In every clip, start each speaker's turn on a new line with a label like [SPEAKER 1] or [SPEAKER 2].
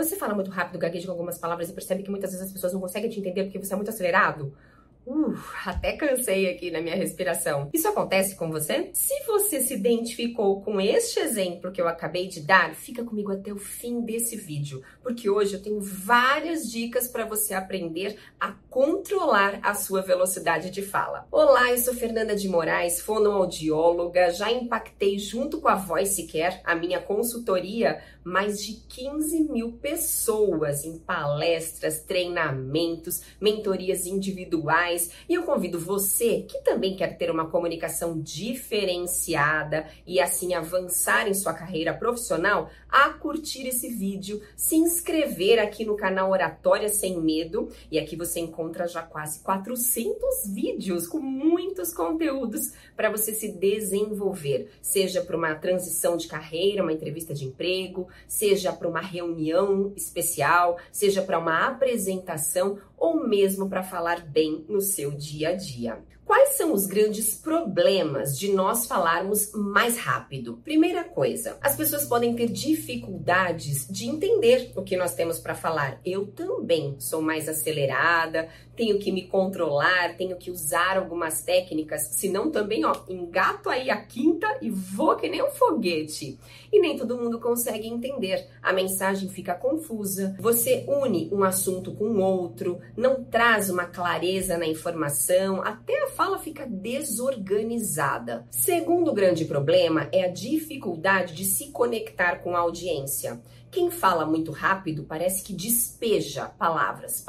[SPEAKER 1] Você fala muito rápido, gagueja com algumas palavras e percebe que muitas vezes as pessoas não conseguem te entender porque você é muito acelerado? Até cansei aqui na minha respiração. Isso acontece com você? Se você se identificou com este exemplo que eu acabei de dar, fica comigo até o fim desse vídeo, porque hoje eu tenho várias dicas para você aprender a controlar a sua velocidade de fala. Olá, eu sou Fernanda de Moraes, fonoaudióloga, já impactei junto com a VoiceCare, a minha consultoria, mais de 15 mil pessoas em palestras, treinamentos, mentorias individuais. E eu convido você, que também quer ter uma comunicação diferenciada e assim avançar em sua carreira profissional, a curtir esse vídeo, se inscrever aqui no canal Oratória Sem Medo. E aqui você encontra já quase 400 vídeos com muitos conteúdos para você se desenvolver, seja para uma transição de carreira, uma entrevista de emprego, seja para uma reunião especial, seja para uma apresentação ou mesmo para falar bem no seu dia a dia. Quais são os grandes problemas de nós falarmos mais rápido? Primeira coisa, as pessoas podem ter dificuldades de entender o que nós temos para falar. Eu também sou mais acelerada, tenho que me controlar, tenho que usar algumas técnicas, senão também, engato aí a quinta e vou que nem um foguete. E nem todo mundo consegue entender. A mensagem fica confusa, você une um assunto com outro, não traz uma clareza na informação, até a fala fica desorganizada. Segundo grande problema é a dificuldade de se conectar com a audiência. Quem fala muito rápido parece que despeja palavras,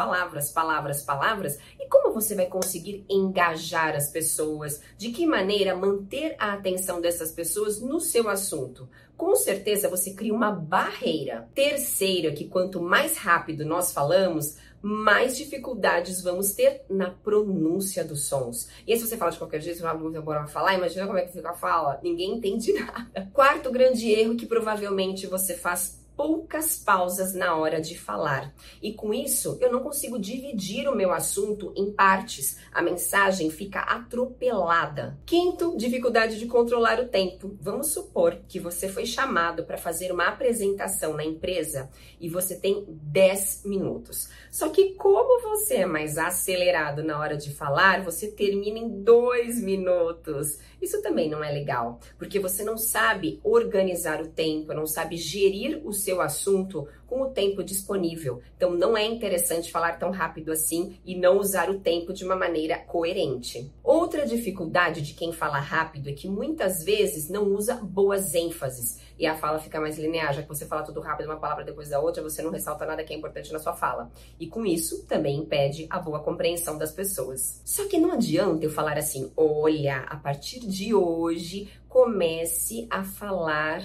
[SPEAKER 1] e como você vai conseguir engajar as pessoas? De que maneira manter a atenção dessas pessoas no seu assunto? Com certeza você cria uma barreira. Terceiro é que quanto mais rápido nós falamos, mais dificuldades vamos ter na pronúncia dos sons. E aí, se você fala de qualquer jeito, você vai embora falar, imagina como é que fica a fala. Ninguém entende nada. Quarto grande erro que provavelmente você faz poucas pausas na hora de falar. E com isso, eu não consigo dividir o meu assunto em partes. A mensagem fica atropelada. Quinto, dificuldade de controlar o tempo. Vamos supor que você foi chamado para fazer uma apresentação na empresa e você tem 10 minutos. Só que como você é mais acelerado na hora de falar, você termina em 2 minutos. Isso também não é legal, porque você não sabe organizar o tempo, não sabe gerir o seu assunto com o tempo disponível. Então não é interessante falar tão rápido assim e não usar o tempo de uma maneira coerente. Outra dificuldade de quem fala rápido é que muitas vezes não usa boas ênfases e a fala fica mais linear, já que você fala tudo rápido, uma palavra depois da outra, você não ressalta nada que é importante na sua fala. E com isso também impede a boa compreensão das pessoas. Só que não adianta eu falar assim, olha, a partir de hoje comece a falar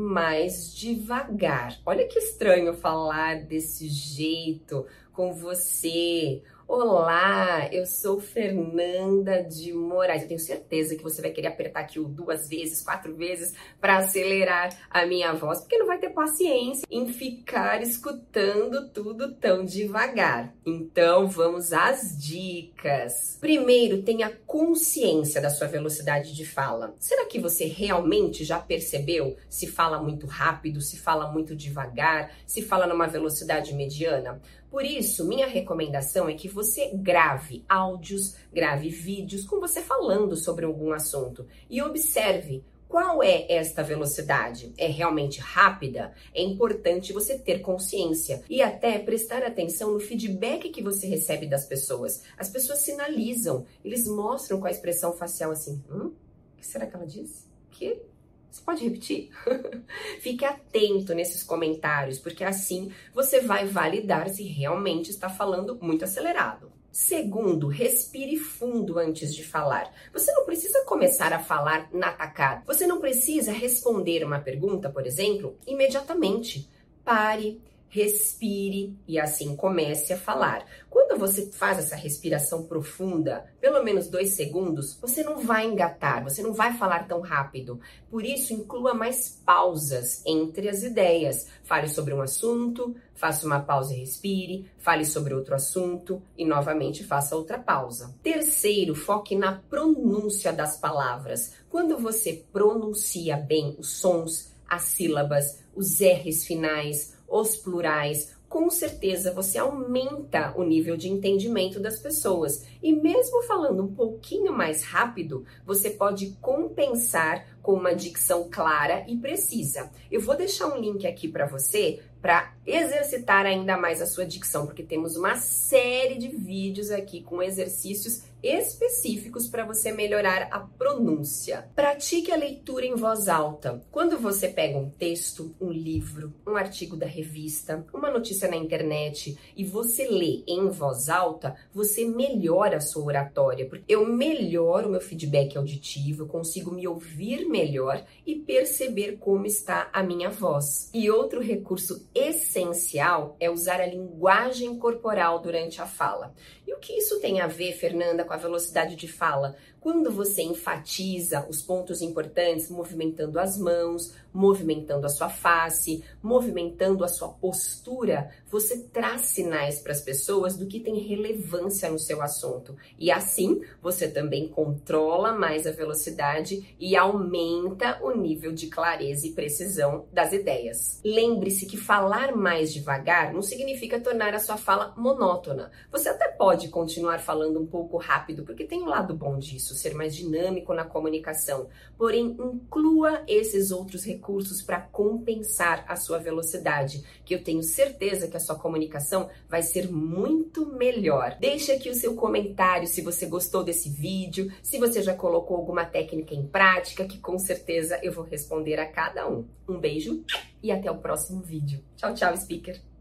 [SPEAKER 1] mais devagar. Olha que estranho falar desse jeito com você. Olá, eu sou Fernanda de Moraes. Eu tenho certeza que você vai querer apertar aqui o 2 vezes, 4 vezes para acelerar a minha voz, porque não vai ter paciência em ficar escutando tudo tão devagar. Então, vamos às dicas. Primeiro, tenha consciência da sua velocidade de fala. Será que você realmente já percebeu se fala muito rápido, se fala muito devagar, se fala numa velocidade mediana? Por isso, minha recomendação é que você grave áudios, grave vídeos com você falando sobre algum assunto e observe qual é esta velocidade. É realmente rápida? É importante você ter consciência e até prestar atenção no feedback que você recebe das pessoas. As pessoas sinalizam, eles mostram com a expressão facial assim, o que será que ela disse? Que? Você pode repetir? Fique atento nesses comentários, porque assim você vai validar se realmente está falando muito acelerado. Segundo, respire fundo antes de falar. Você não precisa começar a falar na tacada. Você não precisa responder uma pergunta, por exemplo, imediatamente. Pare, respire e assim comece a falar. Quando você faz essa respiração profunda, pelo menos 2 segundos, você não vai engatar, você não vai falar tão rápido. Por isso, inclua mais pausas entre as ideias. Fale sobre um assunto, faça uma pausa e respire, fale sobre outro assunto e novamente faça outra pausa. Terceiro, foque na pronúncia das palavras. Quando você pronuncia bem os sons, as sílabas, os R's finais, os plurais, com certeza você aumenta o nível de entendimento das pessoas. E mesmo falando um pouquinho mais rápido, você pode compensar com uma dicção clara e precisa. Eu vou deixar um link aqui para você para exercitar ainda mais a sua dicção, porque temos uma série de vídeos aqui com exercícios específicos para você melhorar a pronúncia. Pratique a leitura em voz alta. Quando você pega um texto, um livro, um artigo da revista, uma notícia na internet e você lê em voz alta, você melhora a sua oratória, porque eu melhoro o meu feedback auditivo, eu consigo me ouvir melhor e perceber como está a minha voz. E outro recurso essencial é usar a linguagem corporal durante a fala. E o que isso tem a ver, Fernanda, com a velocidade de fala? Quando você enfatiza os pontos importantes, movimentando as mãos, movimentando a sua face, movimentando a sua postura, você traz sinais para as pessoas do que tem relevância no seu assunto. E assim, você também controla mais a velocidade e aumenta o nível de clareza e precisão das ideias. Lembre-se que falar mais devagar não significa tornar a sua fala monótona. Você até pode continuar falando um pouco rápido, porque tem um lado bom disso, ser mais dinâmico na comunicação. Porém, inclua esses outros recursos para compensar a sua velocidade, que eu tenho certeza que a sua comunicação vai ser muito melhor. Deixe aqui o seu comentário se você gostou desse vídeo, se você já colocou alguma técnica em prática, que com certeza eu vou responder a cada um. Um beijo e até o próximo vídeo. Tchau, tchau, speaker!